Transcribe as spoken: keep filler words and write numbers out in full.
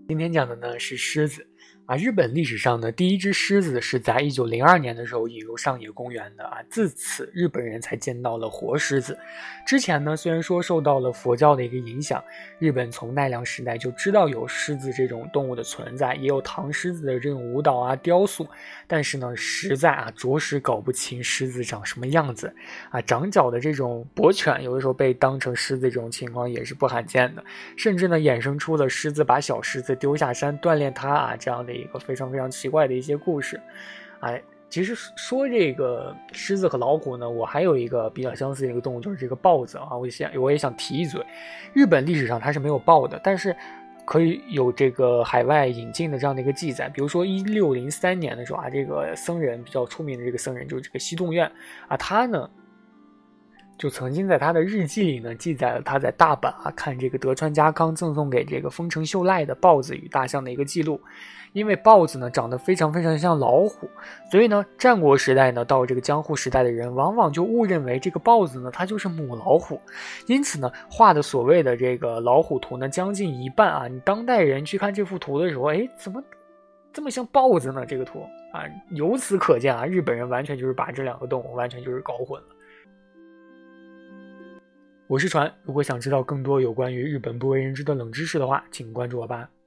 今天讲的呢是狮子啊，日本历史上呢第一只狮子是在一九零二年的时候引入上野公园的啊，自此日本人才见到了活狮子。之前呢虽然说受到了佛教的一个影响，日本从奈良时代就知道有狮子这种动物的存在，也有唐狮子的这种舞蹈啊雕塑，但是呢实在啊着实搞不清狮子长什么样子啊，长角的这种博犬有的时候被当成狮子这种情况也是不罕见的，甚至呢衍生出了狮子把小狮子丢下山锻炼它啊这样的一个非常非常奇怪的一些故事。哎，其实说这个狮子和老虎呢，我还有一个比较相似的一个动物，就是这个豹子啊。我想我也想提一嘴，日本历史上它是没有豹的，但是可以有这个海外引进的这样的一个记载。比如说一六零三年的时候啊，这个僧人比较出名的这个僧人就是这个西洞院啊，他呢就曾经在他的日记里呢记载了他在大阪啊看这个德川家康赠送给这个丰臣秀赖的豹子与大象的一个记录。因为豹子呢长得非常非常像老虎，所以呢战国时代呢到这个江户时代的人往往就误认为这个豹子呢它就是母老虎，因此呢画的所谓的这个老虎图呢将近一半啊，你当代人去看这幅图的时候，哎，怎么这么像豹子呢？这个图啊，由此可见啊，日本人完全就是把这两个动物完全就是搞混了。我是船，如果想知道更多有关于日本不为人知的冷知识的话，请关注我吧。